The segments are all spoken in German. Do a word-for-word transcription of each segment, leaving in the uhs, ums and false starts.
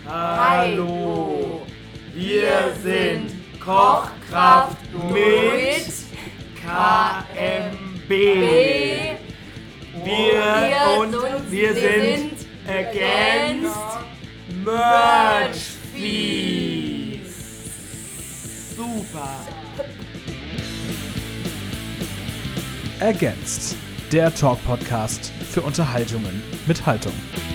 Hallo, wir sind Kochkraft mit K M B. Wir und wir sind Against Merch Fees. Super. Against, der Talk-Podcast für Unterhaltungen mit Haltung.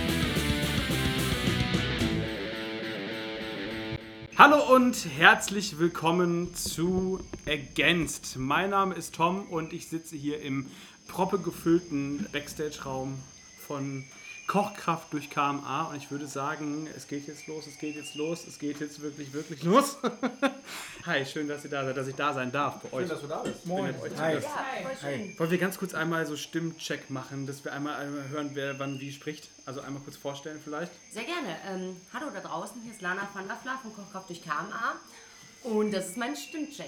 Hallo und herzlich willkommen zu Against. Mein Name ist Tom und ich sitze hier im proppegefüllten Backstage-Raum von Kochkraft durch K M A und ich würde sagen, es geht jetzt los, es geht jetzt los, es geht jetzt wirklich, wirklich los. Hi, schön, dass ihr da seid, dass ich da sein darf bei euch. Schön, dass du da bist. Moin. Euch Hi. ja, Hi. Wollen wir ganz kurz einmal so Stimmcheck machen, dass wir einmal, einmal hören, wer wann wie spricht? Also einmal kurz vorstellen vielleicht. Sehr gerne. Ähm, hallo da draußen, hier ist Lana van der Fla von Kochkraft durch K M A und das ist mein Stimmcheck.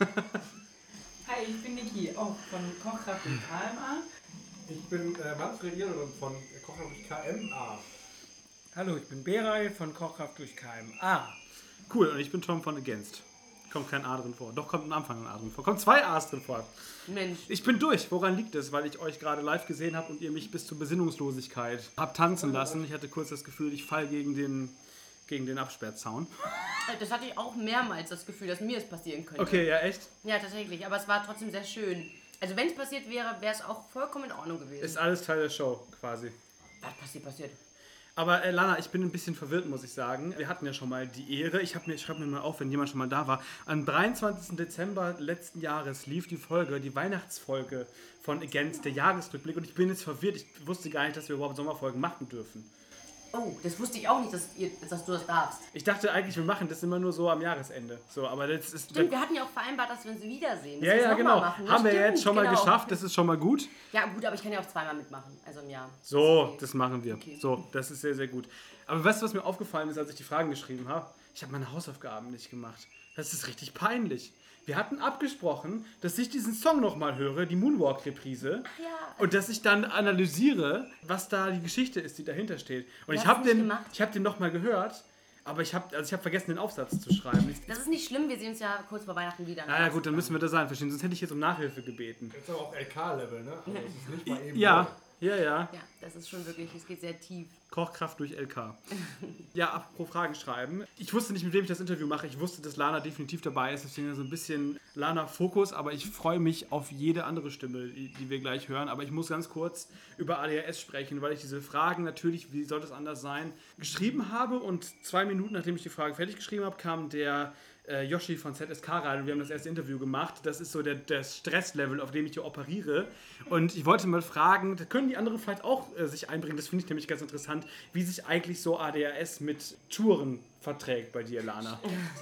Hi, ich bin Niki, auch von Kochkraft durch K M A. Ich bin äh, Manfred Irren von Kochkraft durch K M A. Hallo, ich bin Beray von Kochkraft durch K M A. Cool, und ich bin Tom von Against. Kommt kein A drin vor. Doch, kommt am Anfang ein A drin vor. Kommt zwei A's drin vor. Mensch. Ich bin durch. Woran liegt es? Weil ich euch gerade live gesehen habe und ihr mich bis zur Besinnungslosigkeit habt tanzen lassen. Ich hatte kurz das Gefühl, ich falle gegen den, gegen den Absperrzaun. Das hatte ich auch mehrmals das Gefühl, dass mir es passieren könnte. Okay, ja, echt? Ja, tatsächlich. Aber es war trotzdem sehr schön. Also wenn es passiert wäre, wäre es auch vollkommen in Ordnung gewesen. Ist alles Teil der Show, quasi. Was passiert, passiert. Aber äh, Lana, ich bin ein bisschen verwirrt, muss ich sagen. Wir hatten ja schon mal die Ehre, ich, hab mir, ich schreibe mir mal auf, wenn jemand schon mal da war. Am dreiundzwanzigsten Dezember letzten Jahres lief die Folge, die Weihnachtsfolge von Against, der Jahresrückblick. Und ich bin jetzt verwirrt, ich wusste gar nicht, dass wir überhaupt Sommerfolgen machen dürfen. Oh, das wusste ich auch nicht, dass, ihr, dass du das darfst. Ich dachte eigentlich, wir machen das immer nur so am Jahresende. So, aber das ist. Stimmt, wir hatten ja auch vereinbart, dass wir uns wiedersehen. Dass Ja, wir ja, noch genau. mal machen. Haben wir Stimmt, jetzt schon mal genau. geschafft, das ist schon mal gut. Ja, gut, aber ich kann ja auch zweimal mitmachen, also im Jahr. So, Okay. das machen wir. Okay. So, das ist sehr, sehr gut. Aber weißt du, was mir aufgefallen ist, als ich die Fragen geschrieben habe? Ich habe meine Hausaufgaben nicht gemacht. Das ist richtig peinlich. Wir hatten abgesprochen, dass ich diesen Song nochmal höre, die Moonwalk-Reprise, Ach ja. und dass ich dann analysiere, was da die Geschichte ist, die dahinter steht. Und Du ich hast habe nicht den, gemacht. ich hab den nochmal gehört, aber ich habe also ich hab vergessen, den Aufsatz zu schreiben. Ich, Das ist nicht schlimm, wir sehen uns ja kurz vor Weihnachten wieder. naja gut, dann müssen wir das sein, verstehen, sonst hätte ich jetzt um Nachhilfe gebeten. Jetzt aber auch L K-Level, ne? Also das ist nicht mal eben. Ja, so. ja, ja. Ja, das ist schon wirklich, es geht sehr tief. Kochkraft durch L K. Ja, apropos Fragen schreiben. Ich wusste nicht, mit wem ich das Interview mache. Ich wusste, dass Lana definitiv dabei ist. Deswegen so ein bisschen Lana-Fokus. Aber ich freue mich auf jede andere Stimme, die, die wir gleich hören. Aber ich muss ganz kurz über A D H S sprechen, weil ich diese Fragen natürlich, wie soll das anders sein, geschrieben habe. Und zwei Minuten, nachdem ich die Frage fertig geschrieben habe, kam der äh, Yoshi von Z S K rein und wir haben das erste Interview gemacht. Das ist so der, der Stresslevel, auf dem ich hier operiere. Und ich wollte mal fragen, da können die anderen vielleicht auch äh, sich einbringen. Das finde ich nämlich ganz interessant, wie sich eigentlich so A D H S mit Touren verträgt bei dir, Lana.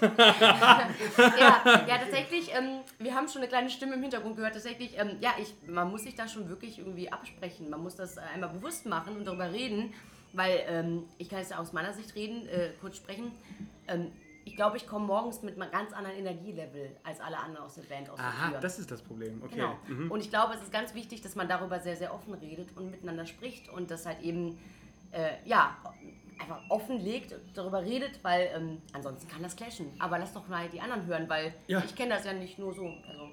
ja, ja, tatsächlich, ähm, wir haben schon eine kleine Stimme im Hintergrund gehört. Tatsächlich, ähm, ja, ich, man muss sich da schon wirklich irgendwie absprechen. Man muss das einmal bewusst machen und darüber reden, weil ähm, ich kann jetzt aus meiner Sicht reden, äh, kurz sprechen. Ähm, ich glaube, ich komme morgens mit einem ganz anderen Energielevel als alle anderen aus der Band aus der Aha, Tür. das ist das Problem. Okay. Genau. Mhm. Und ich glaube, es ist ganz wichtig, dass man darüber sehr, sehr offen redet und miteinander spricht und das halt eben, äh, ja, einfach offenlegt, darüber redet, weil ähm, ansonsten kann das clashen. Aber lass doch mal die anderen hören, weil Ja. ich kenne das ja nicht nur so. Also,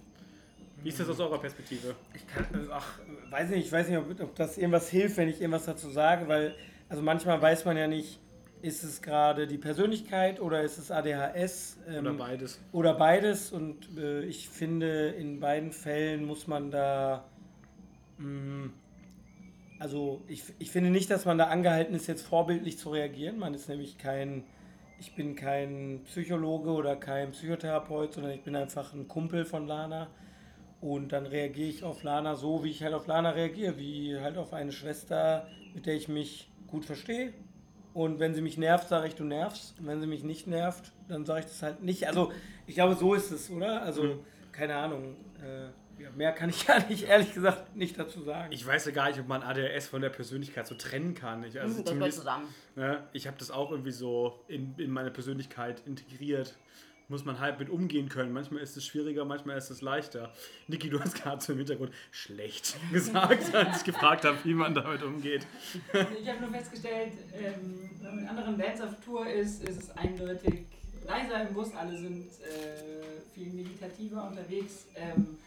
Wie ist das aus eurer Perspektive? Ich kann, also, ach, weiß nicht, ich weiß nicht, ob, ob das irgendwas hilft, wenn ich irgendwas dazu sage, weil, also manchmal weiß man ja nicht, ist es gerade die Persönlichkeit oder ist es A D H S? Ähm, Oder beides? Oder beides und äh, ich finde, in beiden Fällen muss man da, mh, also ich, ich finde nicht, dass man da angehalten ist, jetzt vorbildlich zu reagieren. Man ist nämlich kein, ich bin kein Psychologe oder kein Psychotherapeut, sondern ich bin einfach ein Kumpel von Lana. Und dann reagiere ich auf Lana so, wie ich halt auf Lana reagiere, wie halt auf eine Schwester, mit der ich mich gut verstehe. Und wenn sie mich nervt, sage ich, du nervst. Und wenn sie mich nicht nervt, dann sage ich das halt nicht. Also ich glaube, so ist es, oder? Also, Mhm. keine Ahnung. Äh, ja, mehr kann ich ja nicht, ehrlich gesagt, nicht dazu sagen. Ich weiß ja gar nicht, ob man A D H S von der Persönlichkeit so trennen kann. Ich, also das gehört zumindest, zusammen. ne, ich habe das auch irgendwie so in, in meine Persönlichkeit integriert. muss man halt mit umgehen können. Manchmal ist es schwieriger, manchmal ist es leichter. Niki, du hast gerade so im Hintergrund schlecht gesagt, als ich gefragt habe, wie man damit umgeht. Ich habe nur festgestellt, ähm, wenn man mit anderen Bands auf Tour ist, ist es eindeutig leiser im Bus. Alle sind äh, viel meditativer unterwegs. Ähm,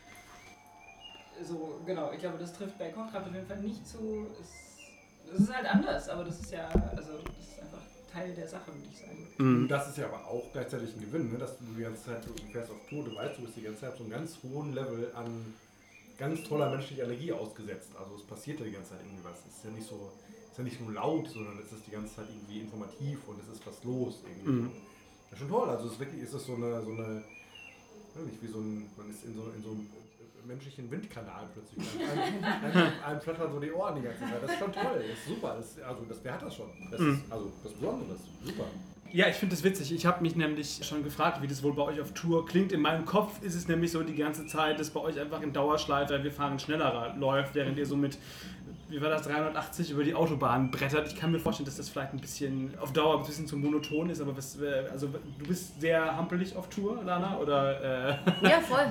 so, genau, ich glaube, das trifft bei Kochkraft auf jeden Fall nicht zu. Es, es ist halt anders, aber das ist ja, also, das ist einfach Teil der Sache, würde ich sagen. Mhm. Das ist ja aber auch gleichzeitig ein Gewinn, ne? Dass du die ganze Zeit, du fährst auf Tour, du weißt, du bist die ganze Zeit auf so einem ganz hohen Level an ganz toller menschlicher Energie ausgesetzt. Also es passiert ja die ganze Zeit irgendwie was. Es ist ja nicht so, es ist ja nicht nur laut, sondern es ist die ganze Zeit irgendwie informativ und es ist was los irgendwie. Mhm. Das ist schon toll. Also es ist wirklich, ist es so eine, so eine, nicht wie so ein, man ist in so, in so einem menschlichen Windkanal plötzlich. Einem, einem, einem flattern so die Ohren die ganze Zeit. Das ist schon toll, das ist super. Das, also das, wer hat das schon? Das Mhm. ist also das Besondere, das ist super. Ja, ich finde das witzig. Ich habe mich nämlich schon gefragt, wie das wohl bei euch auf Tour klingt. In meinem Kopf ist es nämlich so die ganze Zeit, dass bei euch einfach in Dauerschleife wir fahren schneller läuft, während ihr so mit, wie war das, dreihundertachtzig über die Autobahn brettert. Ich kann mir vorstellen, dass das vielleicht ein bisschen auf Dauer ein bisschen zu monoton ist, aber was, also du bist sehr hampelig auf Tour, Lana, oder? Äh? Ja, voll.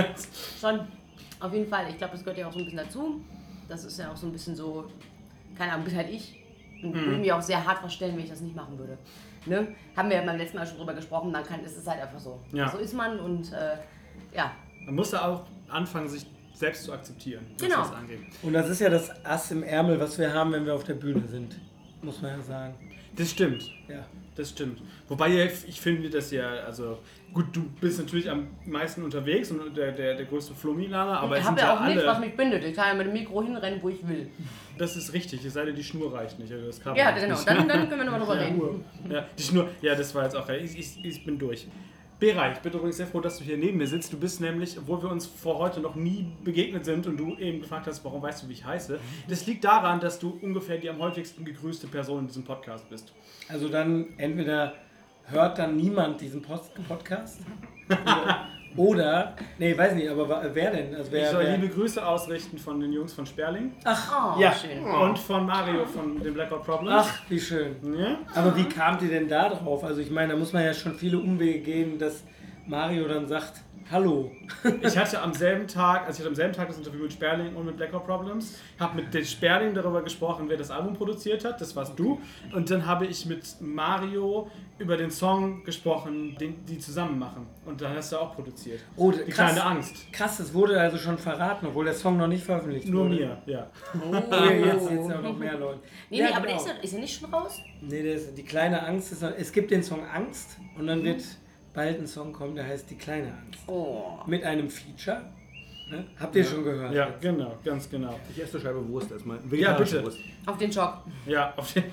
Schon. Auf jeden Fall. Ich glaube, das gehört ja auch so ein bisschen dazu. Das ist ja auch so ein bisschen so, keine Ahnung, bin halt ich. Und würde mich auch sehr hart verstellen, wenn ich das nicht machen würde. Ne? Haben wir ja beim letzten Mal schon drüber gesprochen, dann kann, ist es halt einfach so. Ja. So ist man und äh, ja. Man muss da auch anfangen, sich selbst zu akzeptieren, was Genau. das angeht. Und das ist ja das Ass im Ärmel, was wir haben, wenn wir auf der Bühne sind. Muss man ja sagen. Das stimmt. Ja. Das stimmt. Wobei ja, ich finde das ja, also gut, du bist natürlich am meisten unterwegs und der, der, der größte Flummi-Laner, aber ich es habe sind ja ja auch nichts, alle, was mich bindet. Ich kann ja mit dem Mikro hinrennen, wo ich will. das ist richtig, es sei denn, die Schnur reicht nicht. Also das Kabel Ja, reicht genau. nicht. Dann, dann können wir nochmal drüber reden. Ja, die Schnur, ja, das war jetzt auch, ich, ich, ich bin durch. Bera, ich bin übrigens sehr froh, dass du hier neben mir sitzt. Du bist nämlich, obwohl wir uns vor heute noch nie begegnet sind und du eben gefragt hast, warum weißt du, wie ich heiße, das liegt daran, dass du ungefähr die am häufigsten gegrüßte Person in diesem Podcast bist. Also dann entweder hört dann niemand diesen Post Podcast oder, oder, nee, weiß nicht, aber wa- wer denn? Also Ich wer, soll wer, liebe Grüße ausrichten von den Jungs von Sperling Ach, Oh, ja. schön. und von Mario von den Blackout Problems. Ach, wie schön. Ja? Aber wie kamt ihr denn da drauf? Also ich meine, da muss man ja schon viele Umwege gehen, dass Mario dann sagt, hallo. Ich hatte am selben Tag, also ich hatte am selben Tag das Interview mit Sperling und mit Blackout Problems, habe mit den Sperling darüber gesprochen, wer das Album produziert hat, das warst du. Und dann habe ich mit Mario über den Song gesprochen, den die zusammen machen. Und dann hast du auch produziert. Oh, Die krass. kleine Angst. Krass, das wurde also schon verraten, obwohl der Song noch nicht veröffentlicht Nur wurde. mir, ja. Oh, jetzt, jetzt auch noch mehr Leute. Nee, Ja, nee, aber der genau. ist, ja, ist er nicht schon raus? Nee, der ist, die kleine Angst ist noch, es gibt den Song Angst und dann wird bald ein Song kommen, der heißt Die kleine Angst. Oh. Mit einem Feature. Ne? Habt ihr schon gehört? Ja, genau, ganz genau. Ich esse eine Scheibe Wurst erstmal. Ja, bitte. Wurst. Auf den Schock. Ja, auf den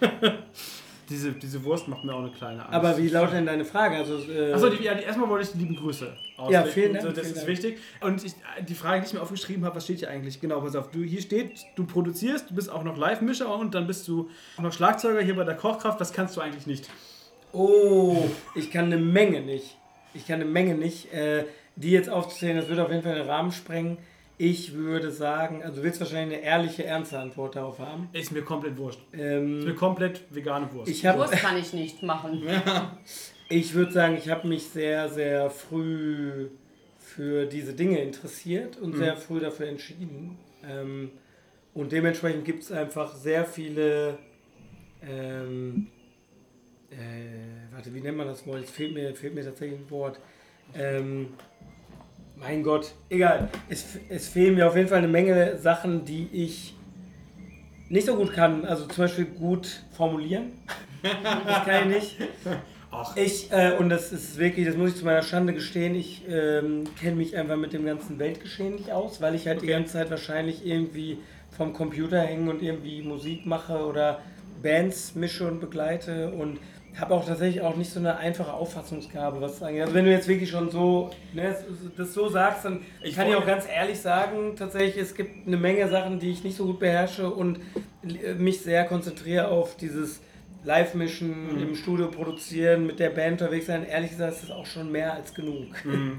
diese, diese Wurst macht mir auch eine kleine Angst. Aber wie lautet denn deine Frage? Also, äh, Achso, die, ja, die, erstmal wollte ich die lieben Grüße ausrichten. Ja, vielen Dank, So, das vielen ist Dank. wichtig. Und ich, die Frage, die ich mir aufgeschrieben habe, was steht hier eigentlich? Genau, pass auf. Du, hier steht, du produzierst, du bist auch noch Live-Mischer und dann bist du auch noch Schlagzeuger hier bei der Kochkraft. Was kannst du eigentlich nicht? Oh, ich kann eine Menge nicht. Ich kann eine Menge nicht. Äh, die jetzt aufzuzählen, das würde auf jeden Fall den Rahmen sprengen. Ich würde sagen, also du willst wahrscheinlich eine ehrliche, ernste Antwort darauf haben. Ist mir komplett wurscht. Ist Ähm, mir komplett vegane Wurst. ich habe Wurst kann ich nicht machen. Ich würde sagen, ich habe mich sehr, sehr früh für diese Dinge interessiert und sehr früh dafür entschieden. Ähm, und dementsprechend gibt es einfach sehr viele, ähm, äh, warte, wie nennt man das Wort? Es fehlt mir, fehlt mir tatsächlich ein Wort. Ähm, mein Gott, egal. Es, es fehlen mir auf jeden Fall eine Menge Sachen, die ich nicht so gut kann. Also zum Beispiel gut formulieren. Das kann ich nicht. Ach. Ich, äh, und das ist wirklich, das muss ich zu meiner Schande gestehen, ich ähm, kenne mich einfach mit dem ganzen Weltgeschehen nicht aus, weil ich halt die Okay. ganze Zeit wahrscheinlich irgendwie vom Computer hänge und irgendwie Musik mache oder Bands mische und begleite und habe auch tatsächlich auch nicht so eine einfache Auffassungsgabe, was das angeht. Also wenn du jetzt wirklich schon so ne, das so sagst, dann Ich kann ich wollte- auch ganz ehrlich sagen, tatsächlich, es gibt eine Menge Sachen, die ich nicht so gut beherrsche und äh, mich sehr konzentriere auf dieses Live-Mischen, Mhm. im Studio produzieren, mit der Band unterwegs sein. Ehrlich gesagt ist das auch schon mehr als genug. Mhm.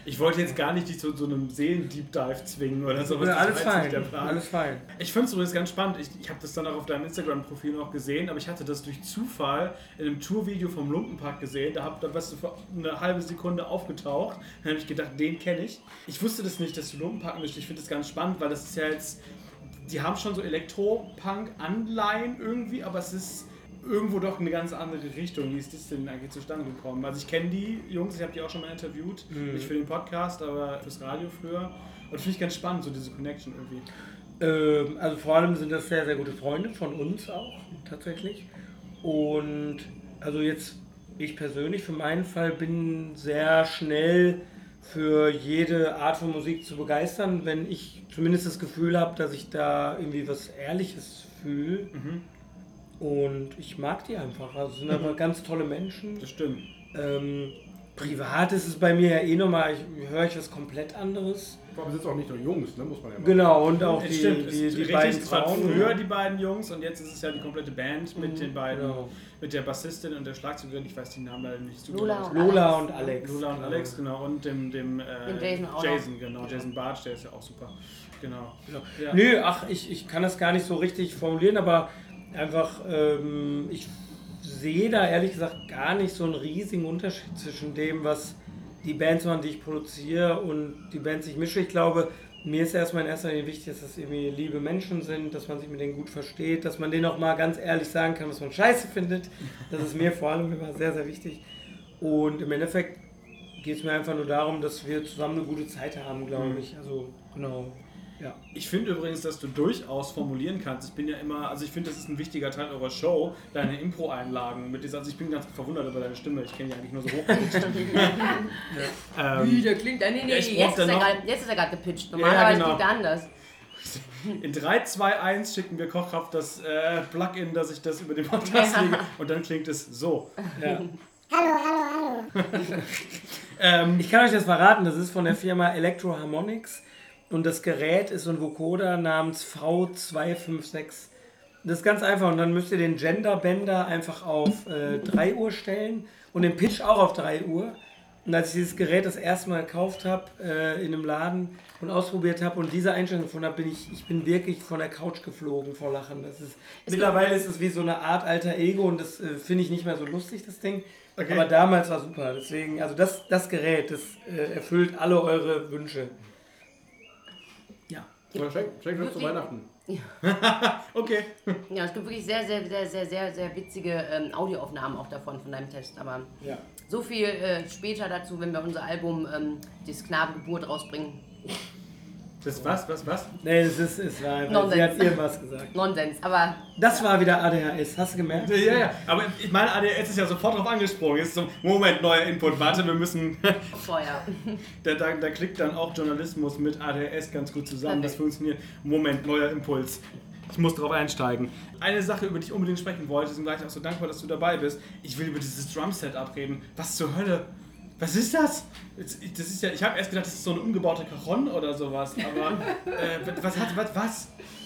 Ich wollte jetzt gar nicht dich zu so einem Seelen-Deep-Dive zwingen oder sowas. Ja, Das alles war jetzt nicht fein, der Plan. alles fein. Ich finde es übrigens ganz spannend. Ich, ich habe das dann auch auf deinem Instagram-Profil noch gesehen, aber ich hatte das durch Zufall in einem Tourvideo vom Lumpenpack gesehen. Da, hab, da warst du für eine halbe Sekunde aufgetaucht. Dann habe ich gedacht, den kenne ich. Ich wusste das nicht, dass du Lumpenpack mischst. Ich finde das ganz spannend, weil das ist ja jetzt... Die haben schon so Elektro-Punk-Anleihen irgendwie, aber es ist irgendwo doch eine ganz andere Richtung. Wie ist das denn eigentlich zustande gekommen? Also ich kenne die Jungs, ich habe die auch schon mal interviewt, mhm. nicht für den Podcast, aber fürs Radio früher. Und finde ich ganz spannend, so diese Connection irgendwie. Ähm, also vor allem sind das sehr, sehr gute Freunde von uns auch, tatsächlich. Und also jetzt, ich persönlich für meinen Fall bin sehr schnell für jede Art von Musik zu begeistern, wenn ich zumindest das Gefühl habe, dass ich da irgendwie was Ehrliches fühle. Mhm. Und ich mag die einfach. Also es sind einfach ganz tolle Menschen. Das stimmt. Ähm, privat ist es bei mir ja eh nochmal, ich höre ich was komplett anderes. Aber es sind auch nicht nur Jungs, ne, muss man ja mal Genau, und auch die, stimmt, die, die, die beiden es waren Frauen. früher die beiden Jungs und jetzt ist es ja die komplette Band mit Mhm, den beiden, genau. mit der Bassistin und der Schlagzeugerin, ich weiß die Namen leider nicht so Lola genau. und Lola Alex. und Alex. Lola und Alex, genau, und dem, dem, äh, Dem Jason auch Jason, genau, Jason Bartsch, der ist ja auch super. Genau. Genau. Ja. Nö, ach, ich, ich kann das gar nicht so richtig formulieren, aber einfach, ähm, ich sehe da ehrlich gesagt gar nicht so einen riesigen Unterschied zwischen dem, was die Bands machen, die ich produziere und die Bands, die ich mische. Ich glaube, mir ist erstmal in erster Linie wichtig, dass das irgendwie liebe Menschen sind, dass man sich mit denen gut versteht, dass man denen auch mal ganz ehrlich sagen kann, was man scheiße findet. Das ist mir vor allem immer sehr, sehr wichtig. Und im Endeffekt geht es mir einfach nur darum, dass wir zusammen eine gute Zeit haben, glaube ich. Also, genau. Ja. Ich finde übrigens, dass du durchaus formulieren kannst. Ich bin ja immer, also ich finde, das ist ein wichtiger Teil eurer Show, deine Impro-Einlagen mit dieser, also ich bin ganz verwundert über deine Stimme, ich kenne die eigentlich nur so hochgepitcht. Ja. ähm, der klingt, nee, nee, ja, jetzt, ist er grad, jetzt ist er gerade gepitcht, normalerweise ja, genau. klingt er anders. In drei, zwei, eins schicken wir Kochkraft das äh, Plugin, dass ich das über den Podcast lege und dann klingt es so. Ja. Hallo, hallo, hallo. ähm, ich kann euch das verraten, das ist von der Firma Electro Harmonics. Und das Gerät ist so ein Vocoder namens V zwei fünf sechs. Das ist ganz einfach und dann müsst ihr den Gender-Bender einfach auf äh, drei Uhr stellen und den Pitch auch auf drei Uhr. Und als ich dieses Gerät das erste Mal gekauft habe äh, in einem Laden und ausprobiert habe und diese Einstellung gefunden habe, bin ich, ich bin wirklich von der Couch geflogen vor Lachen. Das ist, mittlerweile ist es wie so eine Art alter Ego und das äh, finde ich nicht mehr so lustig, das Ding. Okay. Aber damals war super. Deswegen, also das, das Gerät, das äh, erfüllt alle eure Wünsche. Schenk uns zu Weihnachten. Ja. Okay. Ja, es gibt wirklich sehr, sehr, sehr, sehr, sehr, sehr witzige ähm, Audioaufnahmen auch davon, von deinem Test. Aber ja. so viel äh, später dazu, wenn wir unser Album ähm, Das Knabengeburt rausbringen. Das was, was, was? Nee, es ist, es war einfach, Nonsens. sie hat irgendwas gesagt. Nonsens, aber... Das war wieder A D H S, hast du gemerkt? Ja, ja, aber ich meine, A D H S ist ja sofort drauf angesprungen. Jetzt so, Moment, neuer Input, warte, wir müssen... Vorher. da, da, da klickt dann auch Journalismus mit A D H S ganz gut zusammen, das Perfekt. funktioniert. Moment, neuer Impuls. Ich muss drauf einsteigen. Eine Sache, über die ich unbedingt sprechen wollte, deswegen war ich auch so dankbar, dass du dabei bist. Ich will über dieses Drumset reden. Was zur Hölle? Was ist das? Das ist ja, ich habe erst gedacht, das ist so eine umgebaute Cajon oder sowas, aber äh, was hat, was, was?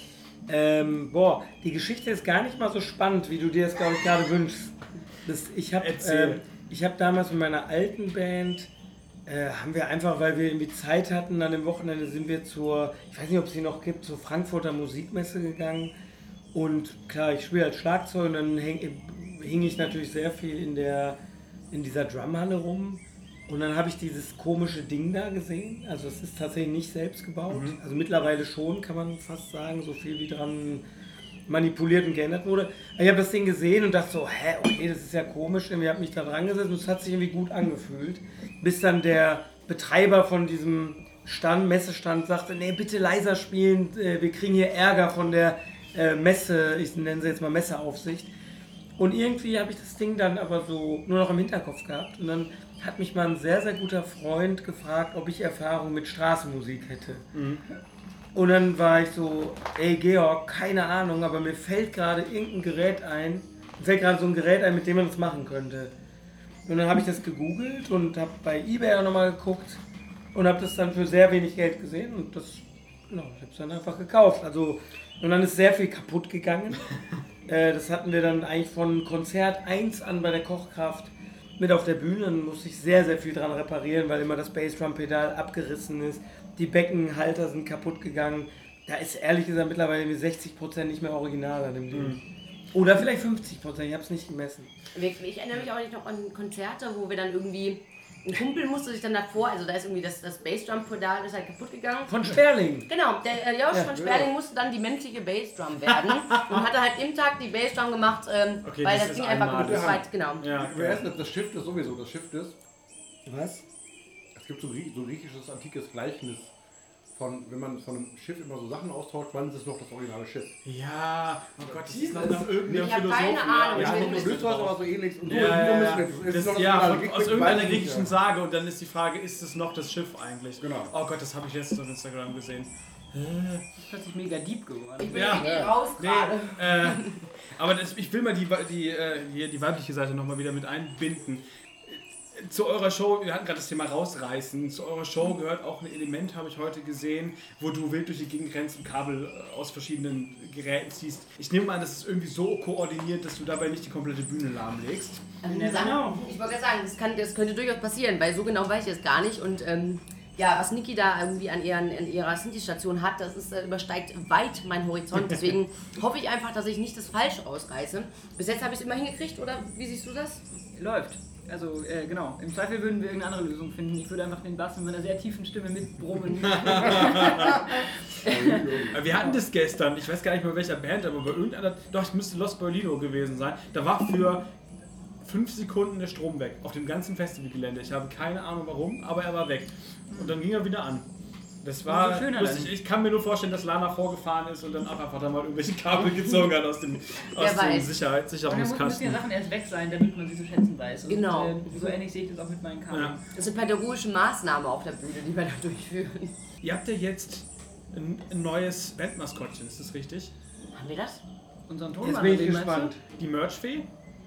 Ähm, boah, die Geschichte ist gar nicht mal so spannend, wie du dir das, glaube ich, gerade wünschst. Das, ich habe äh, ich hab damals mit meiner alten Band, äh, haben wir einfach, weil wir irgendwie Zeit hatten, an dem Wochenende sind wir zur, ich weiß nicht, ob es die noch gibt, zur Frankfurter Musikmesse gegangen. Und klar, ich spiele als Schlagzeug und dann häng, hing ich natürlich sehr viel in, der, in dieser Drumhalle rum. Und dann habe ich dieses komische Ding da gesehen. Also es ist tatsächlich nicht selbst gebaut. Mhm. Also mittlerweile schon, kann man fast sagen, so viel wie dran manipuliert und geändert wurde. Aber ich habe das Ding gesehen und dachte so, hä, okay, das ist ja komisch. Ich habe mich da dran gesetzt und es hat sich irgendwie gut angefühlt. Bis dann der Betreiber von diesem Stand, Messestand sagte, nee, bitte leiser spielen, wir kriegen hier Ärger von der Messe, ich nenne sie jetzt mal Messeaufsicht. Und irgendwie habe ich das Ding dann aber so nur noch im Hinterkopf gehabt und dann hat mich mal ein sehr, sehr guter Freund gefragt, ob ich Erfahrung mit Straßenmusik hätte. Mhm. Und dann war ich so, ey Georg, keine Ahnung, aber mir fällt gerade irgendein Gerät ein, mir fällt gerade so ein Gerät ein, mit dem man das machen könnte. Und dann habe ich das gegoogelt und habe bei eBay auch nochmal geguckt und habe das dann für sehr wenig Geld gesehen und das, genau, ich habe es dann einfach gekauft. Also, und dann ist sehr viel kaputt gegangen. äh, das hatten wir dann eigentlich von Konzert eins an bei der Kochkraft. mit auf der Bühne, dann musste ich sehr, sehr viel dran reparieren, weil immer das Bassdrum-Pedal abgerissen ist, die Beckenhalter sind kaputt gegangen. Da ist ehrlich gesagt mittlerweile sechzig Prozent nicht mehr original an dem Ding. Mhm. Oder vielleicht fünfzig Prozent, ich habe es nicht gemessen. Ich erinnere mich auch nicht noch an Konzerte, wo wir dann irgendwie... Ein Kumpel musste sich dann davor, also da ist irgendwie das, das Bassdrum-Pedal ist halt kaputt gegangen. Von Sperling? Genau, der äh, Josh Ja, von Sperling musste dann die menschliche Bassdrum werden und hatte halt im Tag die Bassdrum gemacht, ähm, Okay, weil das das ist Ding einfach einmalig. gut ist, weit, genau. Ja, Wir essen das Shift ist sowieso, das Shift ist. Was? Es gibt so, Grie- so griechisches antikes Gleichnis von, wenn man von einem Schiff immer so Sachen austauscht, wann ist es noch das originale Schiff? Ja, oh Gott, das ist noch nach irgendeinem Ich hab Philosophen. keine Ahnung, Ja, ich ja, bin du löst was aber so ähnlich und so, Ja, ja, ja. so müssen wir- es ist Das, noch ja, originale. von, Ich- aus ich irgendeiner weiß nicht, griechischen ja. Sage und dann ist die Frage, ist es noch das Schiff eigentlich? Genau. Oh Gott, das habe ich letztens auf Instagram gesehen. Das ist plötzlich mega deep geworden. Ich bin Ja. irgendwie raus Nee, gerade. äh, aber das, ich will mal die, die, äh, hier die weibliche Seite nochmal wieder mit einbinden. Zu eurer Show, wir hatten gerade das Thema rausreißen, zu eurer Show gehört auch ein Element, habe ich heute gesehen, wo du wild durch die Gegend rennst und Kabel äh, aus verschiedenen Geräten ziehst. Ich nehme an, das ist irgendwie so koordiniert, dass du dabei nicht die komplette Bühne lahmlegst. Ähm, Ja, sagen- genau. Ich wollte gerade sagen, das, kann, das könnte durchaus passieren, weil so genau weiß ich es gar nicht. Und ähm, ja, was Niki da irgendwie an, ihren, an ihrer Synthi-Station hat, das ist, äh, übersteigt weit meinen Horizont. Deswegen hoffe ich einfach, dass ich nicht das Falsche ausreiße. Bis jetzt habe ich es immer hingekriegt, oder wie siehst du das? Läuft. Also, äh, genau. Im Zweifel würden wir irgendeine andere Lösung finden. Ich würde einfach den Bass mit einer sehr tiefen Stimme mitbrummen. Wir hatten das gestern, ich weiß gar nicht mehr welcher Band, aber bei irgendeiner, doch, es müsste Los Berlino gewesen sein. Da war für fünf Sekunden der Strom weg, auf dem ganzen Festivalgelände. Ich habe keine Ahnung warum, aber er war weg. Und dann ging er wieder an. Das war Umso schöner lustig. dann. Ich kann mir nur vorstellen, dass Lana vorgefahren ist und dann auch einfach da mal irgendwelche Kabel gezogen hat aus dem, aus dem weiß. Sicherheit, Und dann müssen Sicherungskasten. ja Sachen erst weg sein, damit man sie zu schätzen weiß. Und, Genau. äh, so ähnlich sehe ich das auch mit meinen Kabeln. Ja. Das ist eine pädagogische Maßnahme auf der Bühne, die wir da durchführen. Ihr habt ja jetzt ein, ein neues Bandmaskottchen, ist das richtig? Haben wir das? Unseren Jetzt Tonmann, bin ich den meinst gespannt. Die Merchfee?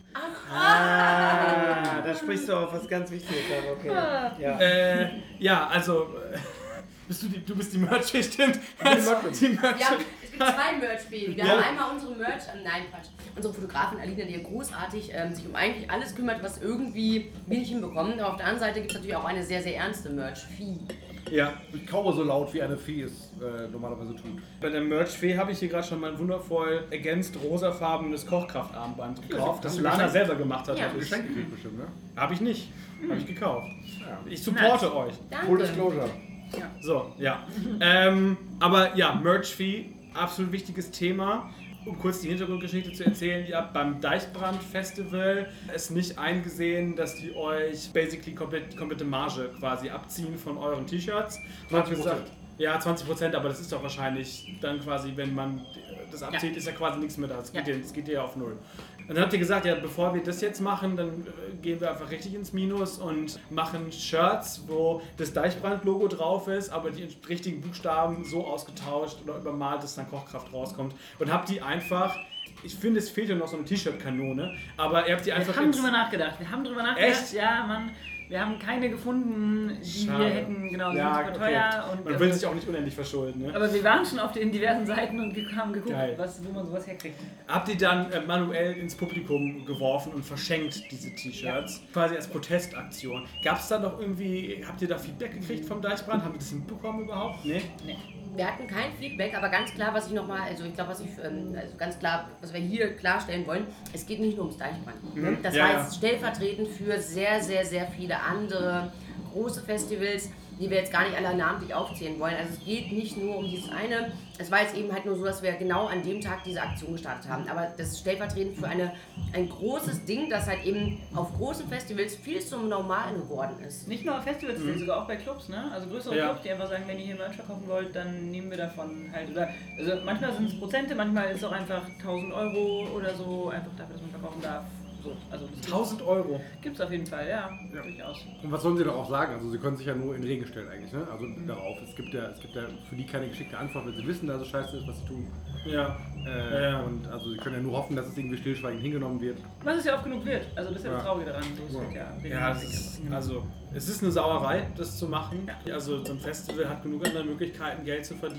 Ah, da sprichst du auf was ganz Wichtiges an, okay. Ja. Äh, ja, also. äh, Bist du, die, du bist die Merchfee, stimmt? Die Wir haben, es gibt Merchfee. zwei Merch-Feen. Wir Ja. haben einmal unsere Merch, ähm, nein Quatsch, unsere Fotografin Alina, die ja großartig ähm, sich um eigentlich alles kümmert, was irgendwie wir nicht hinbekommen. Aber auf der anderen Seite gibt es natürlich auch eine sehr, sehr ernste Merch-Fee. Ja, Ich kaue so laut, wie eine Fee es äh, normalerweise tut. bei der Merchfee habe ich hier gerade schon mein wundervoll ergänzt rosafarbenes Kochkraftarmband gekauft, das hast du Lana geschenkt? selber gemacht hat. Ja. Hab ich- Geschenk gekriegt bestimmt, ne? Habe ich nicht. Habe ich gekauft. Ja. Ich supporte euch. Full Danke. Disclosure. So, ja. ähm, aber ja, Merch-Fee, absolut wichtiges Thema. Um kurz die Hintergrundgeschichte zu erzählen, ihr habt beim Deichbrand-Festival es nicht eingesehen, dass die euch basically komplett, komplette Marge quasi abziehen von euren T-Shirts. Man hat zwanzig Prozent. gesagt, ja, zwanzig Prozent, aber das ist doch wahrscheinlich dann quasi, wenn man das abzieht, ist ja quasi nichts mehr da. Es geht, Ja. ja. es geht ja auf Null. Dann habt ihr gesagt, ja, bevor wir das jetzt machen, dann äh, gehen wir einfach richtig ins Minus und machen Shirts, wo das Deichbrand-Logo drauf ist, aber die richtigen Buchstaben so ausgetauscht oder übermalt, dass dann Kochkraft rauskommt. Und habt die einfach, ich finde, es fehlt ja noch so eine T-Shirt-Kanone, aber ihr habt die einfach... Wir haben ins- drüber nachgedacht. Wir haben drüber nachgedacht. Echt? Ja, Mann. Wir haben keine gefunden, die Schade. wir hätten, genau, die Ja, sind super okay. teuer. Und, Man will sich auch nicht unendlich verschulden, ne? aber wir waren schon auf den diversen Seiten und ge- haben geguckt, Geil. was, wo man sowas herkriegt. Habt ihr dann äh, manuell ins Publikum geworfen und verschenkt diese T-Shirts, quasi als Protestaktion. Gab es da noch irgendwie, habt ihr da Feedback gekriegt vom Deichbrand? Haben wir das mitbekommen überhaupt? Nee? Nee. Wir hatten kein Feedback, aber ganz klar, was ich nochmal, also ich glaube, was ich, ähm, also ganz klar, was wir hier klarstellen wollen, es geht nicht nur ums Deichbrand. Mhm. Das Ja, war ja. jetzt stellvertretend für sehr, sehr, sehr viele andere große Festivals, die wir jetzt gar nicht alle namentlich aufzählen wollen. Also es geht nicht nur um dieses eine. Es war jetzt eben halt nur so, dass wir genau an dem Tag diese Aktion gestartet haben. Aber das ist stellvertretend für eine, ein großes Ding, das halt eben auf großen Festivals viel zum Normalen geworden ist. Nicht nur auf Festivals, sogar auch bei Clubs, ne? Also größere Ja. Clubs, die einfach sagen, wenn ihr hier Merch verkaufen wollt, dann nehmen wir davon halt. Oder, also manchmal sind es Prozente, manchmal ist es auch einfach tausend Euro oder so, einfach dafür, dass man verkaufen darf. So, also das tausend Euro. gibt es auf jeden Fall, ja, Ja. durchaus. Und was sollen sie doch auch sagen? Also sie können sich ja nur in Regen stellen eigentlich, ne? Also darauf. Es gibt ja, es gibt ja für die keine geschickte Antwort, wenn sie wissen, dass es scheiße ist, was sie tun. Ja. Äh, Ja, ja. Und also sie können ja nur hoffen, dass es irgendwie stillschweigend hingenommen wird. Was es ja oft genug wird. Also das ist ja das Ja. Traurige daran. So, es Ja. wird ja Ja, das regelmäßig ist, also es ist eine Sauerei, das zu machen. Also so ein Festival hat genug andere Möglichkeiten, Geld zu verdienen.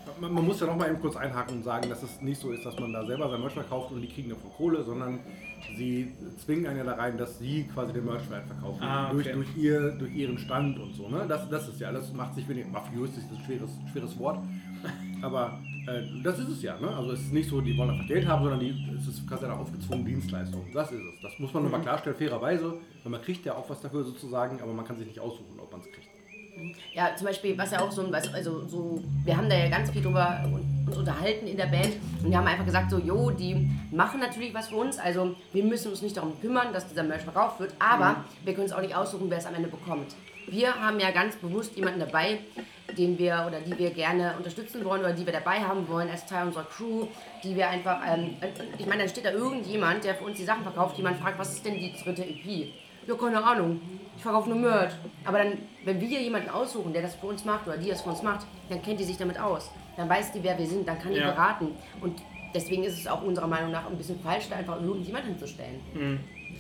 Man, man muss ja noch mal eben kurz einhaken und sagen, dass es nicht so ist, dass man da selber sein Merch verkauft und die kriegen davon Kohle, sondern sie zwingen einen ja da rein, dass sie quasi den Merch verkaufen. Ah, okay. durch, durch, ihr, durch ihren Stand und so. Ne? Das, das ist ja, das macht sich wenig, mafiös ist ein schweres, schweres Wort. Aber äh, das ist es ja. Ne? Also es ist nicht so, die wollen einfach Geld haben, sondern die, es ist quasi eine aufgezwungene Dienstleistung. Das ist es. Das muss man mhm. nochmal klarstellen, fairerweise. Weil man kriegt ja auch was dafür sozusagen, aber man kann sich nicht aussuchen, ob man es kriegt. Ja, zum Beispiel, was ja auch so ein, also so, wir haben da ja ganz viel drüber uns unterhalten in der Band und wir haben einfach gesagt, so, jo, die machen natürlich was für uns, also wir müssen uns nicht darum kümmern, dass dieser Merch verkauft wird, aber mhm. wir können es auch nicht aussuchen, wer es am Ende bekommt. Wir haben ja ganz bewusst jemanden dabei, den wir oder die wir gerne unterstützen wollen oder die wir dabei haben wollen als Teil unserer Crew, die wir einfach, ähm, ich meine, dann steht da irgendjemand, der für uns die Sachen verkauft, jemand fragt, was ist denn die dritte E P? Ja, keine Ahnung, ich verkaufe nur Merch. Aber dann, wenn wir jemanden aussuchen, der das für uns macht oder die das für uns macht, dann kennt die sich damit aus. Dann weiß die, wer wir sind, dann kann die ja. beraten. Und deswegen ist es auch unserer Meinung nach ein bisschen falsch, da einfach irgendjemand hinzustellen. Mhm.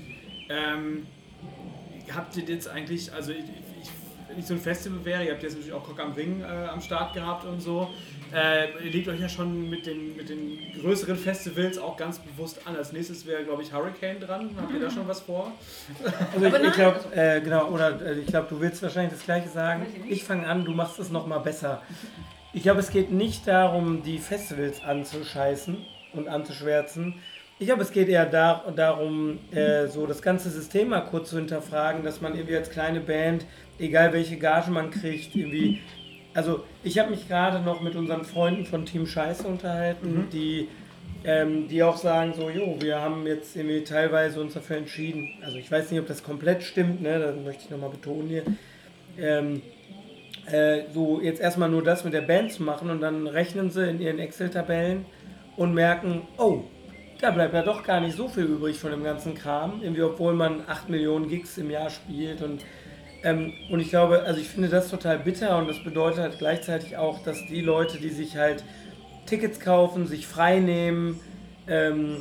Ähm, habt ihr jetzt eigentlich, also ich, ich, wenn ich so ein Festival wäre, ihr habt jetzt natürlich auch Cock am Ring äh, am Start gehabt und so, äh, ihr legt euch ja schon mit den, mit den größeren Festivals auch ganz bewusst an. Als nächstes wäre, glaube ich, Hurricane dran. Habt ihr da schon was vor? Also ich, ich glaube, äh, genau, oder äh, ich glaube, du willst wahrscheinlich das Gleiche sagen. Ich fange an, du machst es nochmal besser. Ich glaube, es geht nicht darum, die Festivals anzuscheißen und anzuschwärzen. Ich glaube, es geht eher da, darum, äh, so das ganze System mal kurz zu hinterfragen, dass man irgendwie als kleine Band, egal welche Gage man kriegt, irgendwie... Also ich habe mich gerade noch mit unseren Freunden von Team Scheiße unterhalten, mhm. die, ähm, die auch sagen so, jo, wir haben jetzt irgendwie teilweise uns dafür entschieden, also ich weiß nicht, ob das komplett stimmt, ne, das möchte ich nochmal betonen hier, ähm, äh, so jetzt erstmal nur das mit der Band zu machen und dann rechnen sie in ihren Excel-Tabellen und merken, oh, da bleibt ja doch gar nicht so viel übrig von dem ganzen Kram, irgendwie obwohl man acht Millionen Gigs im Jahr spielt und Ähm, und ich glaube, also ich finde das total bitter und das bedeutet halt gleichzeitig auch, dass die Leute, die sich halt Tickets kaufen, sich frei nehmen ähm,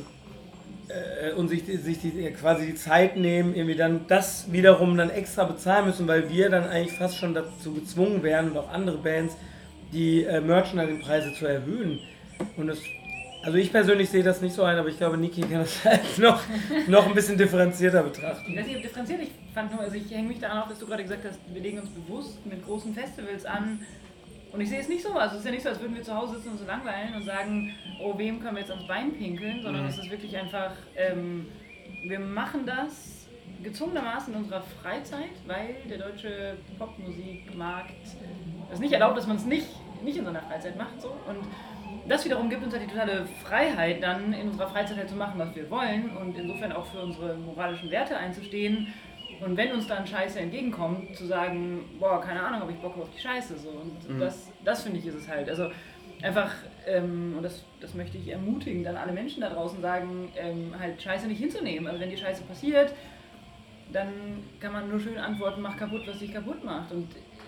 äh, und sich, sich die, quasi die Zeit nehmen, irgendwie dann das wiederum dann extra bezahlen müssen, weil wir dann eigentlich fast schon dazu gezwungen werden und auch andere Bands, die äh, Merchandising-Preise zu erhöhen. Und das, also ich persönlich sehe das nicht so ein, aber ich glaube, Niki kann das halt noch, noch ein bisschen differenzierter betrachten. Ich weiß nicht, ob differenziert, ich fand nur, also ich hänge mich daran auf, dass du gerade gesagt hast, wir legen uns bewusst mit großen Festivals an und ich sehe es nicht so, also es ist ja nicht so, als würden wir zu Hause sitzen und so langweilen und sagen, oh, wem können wir jetzt ans Bein pinkeln, sondern mhm. es ist wirklich einfach, ähm, wir machen das gezwungenermaßen in unserer Freizeit, weil der deutsche Popmusikmarkt es nicht erlaubt, dass man es nicht, nicht in seiner Freizeit macht so und das wiederum gibt uns halt die totale Freiheit, dann in unserer Freizeit halt zu machen, was wir wollen und insofern auch für unsere moralischen Werte einzustehen. Und wenn uns dann Scheiße entgegenkommt, zu sagen, boah, keine Ahnung, ob ich Bock auf die Scheiße. So. Und mhm. das, das finde ich ist es halt. Also einfach, ähm, und das, das möchte ich ermutigen, dann alle Menschen da draußen sagen, ähm, halt Scheiße nicht hinzunehmen. Also wenn die Scheiße passiert, dann kann man nur schön antworten, mach kaputt, was dich kaputt macht. Und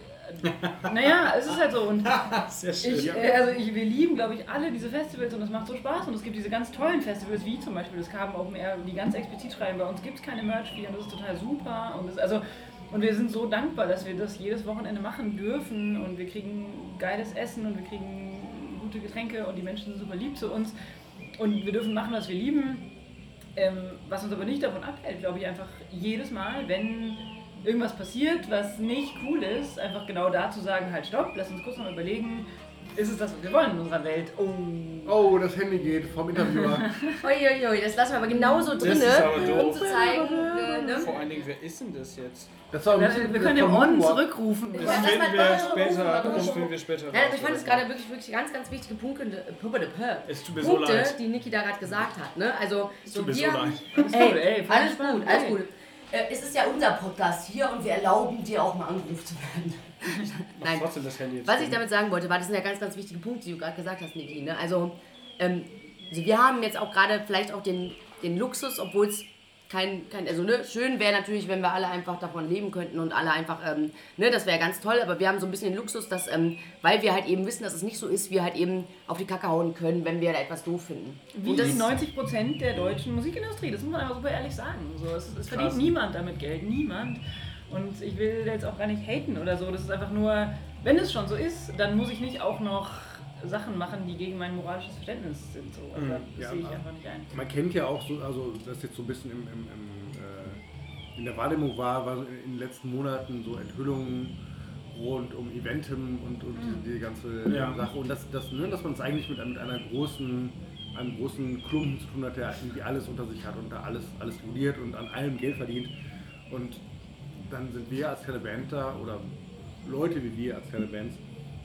naja, es ist halt so und Sehr schön, ich, ja. also ich, wir lieben, glaube ich, alle diese Festivals und das macht so Spaß und es gibt diese ganz tollen Festivals, wie zum Beispiel das Carbon Open Air, die ganz explizit schreiben, bei uns gibt es keine Merch-Fee und das ist total super und, das, also, und wir sind so dankbar, dass wir das jedes Wochenende machen dürfen und wir kriegen geiles Essen und wir kriegen gute Getränke und die Menschen sind super lieb zu uns und wir dürfen machen, was wir lieben, ähm, was uns aber nicht davon abhält, glaube ich, einfach jedes Mal, wenn irgendwas passiert, was nicht cool ist, einfach genau da zu sagen, halt stopp, lass uns kurz noch mal überlegen, ist es das, was wir wollen in unserer Welt? Oh, oh das Handy geht vom Interviewer. Uiuiui, das lassen wir aber genauso drin, um zu zeigen. Äh, ne? Vor allen Dingen, wer ist denn das jetzt? Das war wir wir können den On zurückrufen. Das finden wir später. Das finden wir später. Ja, aber ich fand es gerade wirklich, wirklich ganz, ganz wichtige Punkte, es tut mir Punkte so leid. die Niki da gerade gesagt hat. Ne? Also, es so tut mir wir, so leid. Ey, ey, alles gut, alles gut. Es ist ja unser Podcast hier und wir erlauben dir auch mal angerufen zu werden. Nein, trotzdem das Handy jetzt was ich damit sagen wollte, war, das sind ja ganz, ganz wichtige Punkte, die du gerade gesagt hast, Niki. Ne? Also, ähm, also wir haben jetzt auch gerade vielleicht auch den, den Luxus, obwohl es kein, kein, also ne, schön wäre natürlich, wenn wir alle einfach davon leben könnten und alle einfach, ähm, ne, das wäre ganz toll, aber wir haben so ein bisschen den Luxus, dass, ähm, weil wir halt eben wissen, dass es nicht so ist, wir halt eben auf die Kacke hauen können, wenn wir da etwas doof finden. Wie und das die neunzig Prozent der deutschen Musikindustrie, das muss man einfach super ehrlich sagen. So, es, es verdient niemand damit Geld, niemand. Und ich will jetzt auch gar nicht haten oder so, das ist einfach nur, wenn es schon so ist, dann muss ich nicht auch noch Sachen machen, die gegen mein moralisches Verständnis sind. So. Also, das Ja, sehe ich einfach nicht ein. Man kennt ja auch so, also das jetzt so ein bisschen im, im, im, äh, in der Wahrnehmung war, war in den letzten Monaten so Enthüllungen rund um Eventim und, und Mhm. die, die ganze Ja. Sache. Und das, das, ne, dass man es eigentlich mit, mit einer großen, einem großen Klumpen zu tun hat, der irgendwie alles unter sich hat und da alles, alles reguliert und an allem Geld verdient. Und dann sind wir als kleine Band da, oder Leute wie wir als kleine Bands,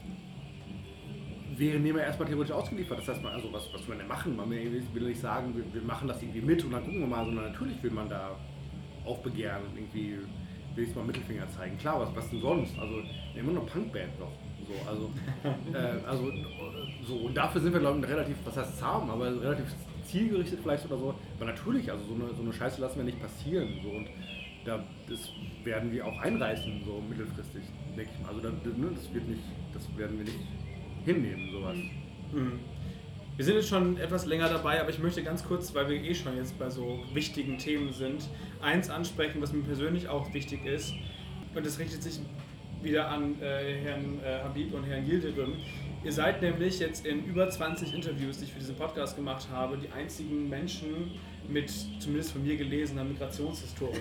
wären dem ja erstmal theoretisch ausgeliefert. Das heißt, man, also was, was will man denn machen? Man will will nicht sagen, wir, wir machen das irgendwie mit und dann gucken wir mal, sondern natürlich will man da aufbegehren und irgendwie will ich mal Mittelfinger zeigen. Klar, was, was denn sonst? Also immer noch Punkband noch. So, also, äh, also so, und dafür sind wir, glaube ich, relativ, was heißt zahm, aber relativ zielgerichtet vielleicht oder so. Aber natürlich, also so eine, so eine Scheiße lassen wir nicht passieren. So, und da das werden wir auch einreißen, so mittelfristig, denke ich mal. Also da, ne, das wird nicht, das werden wir nicht hinnehmen, sowas. Mhm. Wir sind jetzt schon etwas länger dabei, aber ich möchte ganz kurz, weil wir eh schon jetzt bei so wichtigen Themen sind, eins ansprechen, was mir persönlich auch wichtig ist. Und das richtet sich wieder an äh, Herrn äh, Habib und Herrn Yildirim. Ihr seid nämlich jetzt in über zwanzig Interviews, die ich für diesen Podcast gemacht habe, die einzigen Menschen mit, zumindest von mir gelesener Migrationshistorie.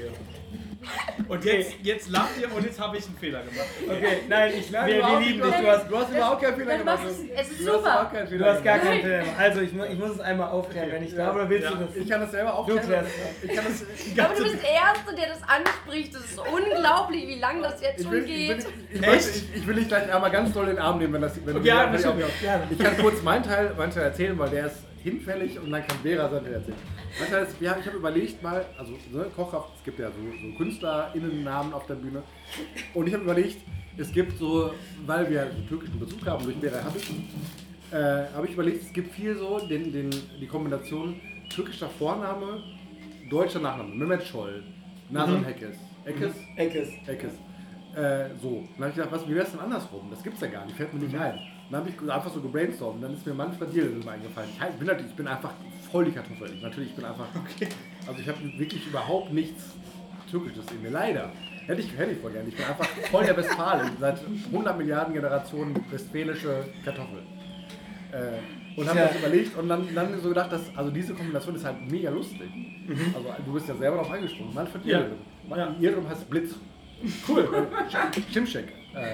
Und jetzt, jetzt lacht ihr und jetzt habe ich einen Fehler gemacht. Okay, nein, ich, Nein, wir, wir überhaupt lieben nicht. dich, du hast, Du hast überhaupt keinen Fehler Das gemacht. machst du- es ist Du hast super. überhaupt keinen Fehler du hast gar gemacht. keinen Film. Also ich, mu- ich muss es einmal aufklären, wenn ich darf, oder willst Ja. du das? Ich kann das selber Du aufklären. klärst Ich kann das. Aber du bist der Erste, der das anspricht. Das ist unglaublich, wie lange das jetzt Ich schon will, ich, will, geht. ich, möchte, ich, ich will dich gleich einmal ganz doll in den Arm nehmen, wenn, das, wenn du Ja, wenn ich, natürlich. auch, Gerne. ich kann kurz meinen Teil, meinen Teil erzählen, weil der ist hinfällig und dann kann Vera sein Teil erzählen. Mein Teil ist, ja, ich habe überlegt mal, also ne, Kochhaft, es gibt ja so, so KünstlerInnen-Namen auf der Bühne und ich habe überlegt, es gibt so, weil wir einen türkischen Bezug haben durch Vera Habib, äh, habe ich überlegt, es gibt viel so den, den, die Kombination türkischer Vorname, deutscher Nachname, Mehmet Scholl, Nazan Hekes, Ekes, Eckes. Eckes. Äh, so. Dann habe ich gedacht, was, wie wäre es denn andersrum? Das gibt's ja gar nicht, fällt mir nicht ein. Dann habe ich einfach so gebrainstormt und dann ist mir Manfred Dierl eingefallen. Ich bin natürlich, ich bin einfach voll die Kartoffel. Ich, natürlich, ich bin einfach, okay. Also ich habe wirklich überhaupt nichts Türkisches in mir, leider. Hätte ich, hätte ich voll gerne. Ich bin einfach voll der Westfale, seit hundert Milliarden Generationen westfälische Kartoffel. Äh, und habe Ja. mir das überlegt und dann, dann so gedacht, dass, also diese Kombination ist halt mega lustig. Also du bist ja selber darauf eingesprungen. Manfred Ja. Dierl. Ja. Ihrem heißt Blitz. Cool. Schimschek. Äh,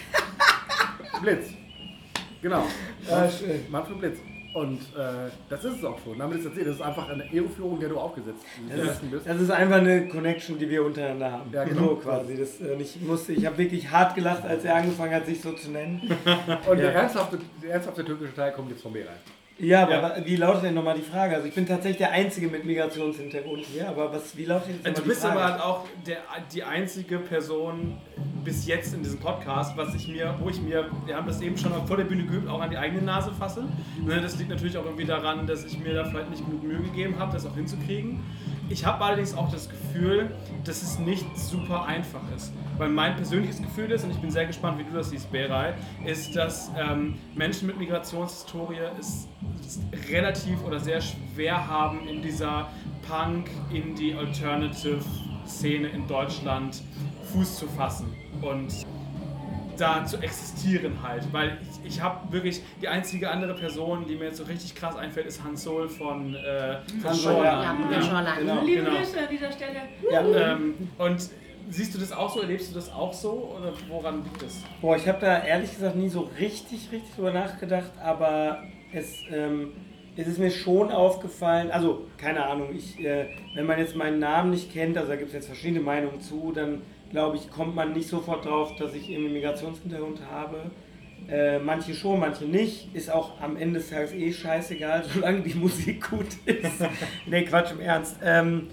Blitz. Genau. Ah, schön. Manfred Blitz. Und äh, das ist es auch schon. Damit ist erzählt. Das ist einfach eine Ehrenführung, der du aufgesetzt bist. Das ist einfach eine Connection, die wir untereinander haben. Ja, genau. So quasi. Das, äh, ich musste, ich habe wirklich hart gelacht, als er angefangen hat, sich so zu nennen. Und Ja. der, ernsthafte, der ernsthafte türkische Teil kommt jetzt von mir rein. Ja, aber Ja. wa- wie lautet denn nochmal die Frage? Also ich bin tatsächlich der Einzige mit Migrationshintergrund hier, aber was, wie lautet jetzt nochmal Du die bist Frage? aber halt auch der, die einzige Person bis jetzt in diesem Podcast, was ich mir, wo ich mir, wir haben das eben schon vor der Bühne geübt, auch an die eigene Nase fasse. Ne, das liegt natürlich auch irgendwie daran, dass ich mir da vielleicht nicht genug Mühe gegeben habe, das auch hinzukriegen. Ich habe allerdings auch das Gefühl, dass es nicht super einfach ist. Weil mein persönliches Gefühl ist, und ich bin sehr gespannt, wie du das siehst, Beray, ist, dass ähm, Menschen mit Migrationshistorie es, es relativ oder sehr schwer haben, in dieser Punk, Indie, Alternative Szene in Deutschland Fuß zu fassen und da zu existieren halt. Weil ich, ich habe wirklich, die einzige andere Person, die mir jetzt so richtig krass einfällt, ist Hans Sohl von, äh, von Hans Sohl, Shoreline. Ja, der Shoreline. Genau. Liebe genau. Grüße an dieser Stelle. Ja. Ähm, und siehst du das auch so, erlebst du das auch so oder woran liegt das? Boah, ich habe da ehrlich gesagt nie so richtig, richtig drüber nachgedacht, aber es, ähm, es ist mir schon aufgefallen, also keine Ahnung, ich, äh, wenn man jetzt meinen Namen nicht kennt, also da gibt es jetzt verschiedene Meinungen zu, dann glaube ich, kommt man nicht sofort drauf, dass ich irgendwie Migrationshintergrund habe. Äh, manche schon, manche nicht. Ist auch am Ende des Tages eh scheißegal, solange die Musik gut ist. Nee, Quatsch, im Ernst. Ähm,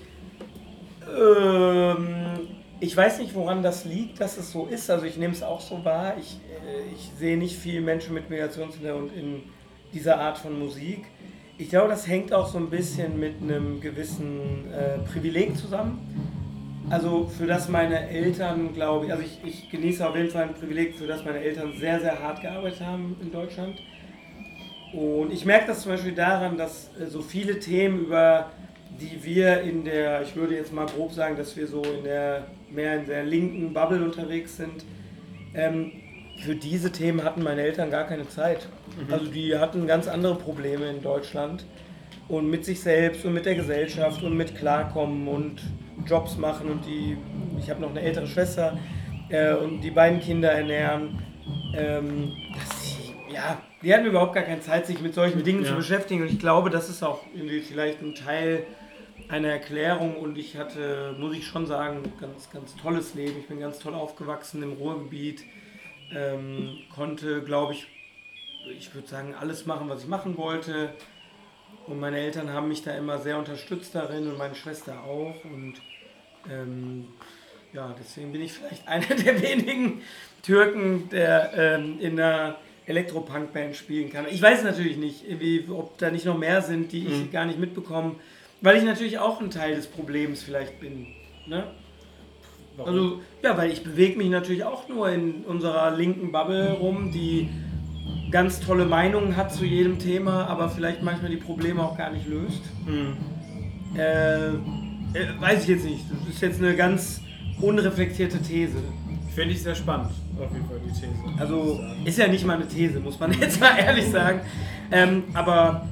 ähm, ich weiß nicht, woran das liegt, dass es so ist. Also ich nehme es auch so wahr. Ich, äh, ich sehe nicht viele Menschen mit Migrationshintergrund in dieser Art von Musik. Ich glaube, das hängt auch so ein bisschen mit einem gewissen äh, Privileg zusammen. Also für das meine Eltern, glaube ich, also ich, ich genieße auf jeden Fall ein Privileg, für das meine Eltern sehr, sehr hart gearbeitet haben in Deutschland. Und ich merke das zum Beispiel daran, dass äh, so viele Themen, über die wir in der, ich würde jetzt mal grob sagen, dass wir so in der, mehr in der linken Bubble unterwegs sind, ähm, für diese Themen hatten meine Eltern gar keine Zeit. Mhm. Also die hatten ganz andere Probleme in Deutschland. Und mit sich selbst und mit der Gesellschaft und mit Klarkommen und Jobs machen. Und die, ich habe noch eine ältere Schwester äh, und die beiden Kinder ernähren. Ähm, dass sie, ja, die hatten überhaupt gar keine Zeit, sich mit solchen Dingen ja. zu beschäftigen. Und ich glaube, das ist auch irgendwie vielleicht ein Teil einer Erklärung. Und ich hatte, muss ich schon sagen, ein ganz, ganz tolles Leben. Ich bin ganz toll aufgewachsen im Ruhrgebiet. Ähm, konnte, glaube ich, ich würde sagen, alles machen, was ich machen wollte. Und meine Eltern haben mich da immer sehr unterstützt darin und meine Schwester auch. Und ähm, ja, deswegen bin ich vielleicht einer der wenigen Türken, der ähm, in einer Elektropunk-Band spielen kann. Ich weiß natürlich nicht, wie, ob da nicht noch mehr sind, die ich mhm. gar nicht mitbekomme. Weil ich natürlich auch ein Teil des Problems vielleicht bin. Ne? Warum? Also, ja, weil ich bewege mich natürlich auch nur in unserer linken Bubble rum, die ganz tolle Meinungen hat zu jedem Thema, aber vielleicht manchmal die Probleme auch gar nicht löst. Mhm. Äh, äh, weiß ich jetzt nicht. Das ist jetzt eine ganz unreflektierte These. Finde ich sehr spannend, auf jeden Fall, die These. Also, ist ja nicht mal eine These, muss man jetzt mal ehrlich sagen. Ähm, aber,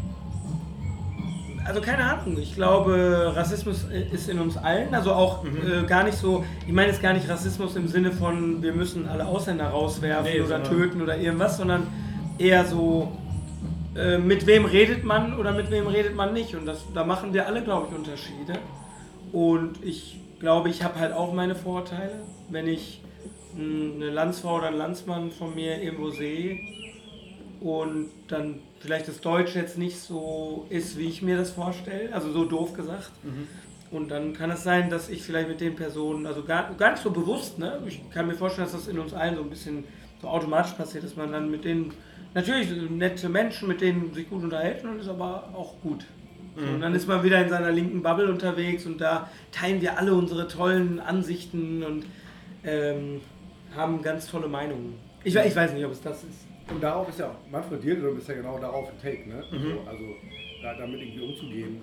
also keine Ahnung, ich glaube, Rassismus ist in uns allen, also auch mhm. äh, gar nicht so, ich meine jetzt gar nicht Rassismus im Sinne von, wir müssen alle Ausländer rauswerfen nee, oder töten oder irgendwas, sondern eher so, äh, mit wem redet man oder mit wem redet man nicht. Und das, da machen wir alle, glaube ich, Unterschiede. Und ich glaube, ich habe halt auch meine Vorteile. Wenn ich mh, eine Landsfrau oder einen Landsmann von mir irgendwo sehe und dann vielleicht das Deutsch jetzt nicht so ist, wie ich mir das vorstelle, also so doof gesagt. Mhm. Und dann kann es sein, dass ich vielleicht mit den Personen, also gar, gar nicht so bewusst, ne? Ich kann mir vorstellen, dass das in uns allen so ein bisschen so automatisch passiert, dass man dann mit denen, natürlich nette Menschen, mit denen sich gut unterhält und ist aber auch gut. So, und dann ist man wieder in seiner linken Bubble unterwegs und da teilen wir alle unsere tollen Ansichten und ähm, haben ganz tolle Meinungen. Ich, ich weiß nicht, ob es das ist. Und darauf ist ja Manfred Dieldorf ist ja genau darauf ein Take, ne? Mhm. So, also da, damit irgendwie umzugehen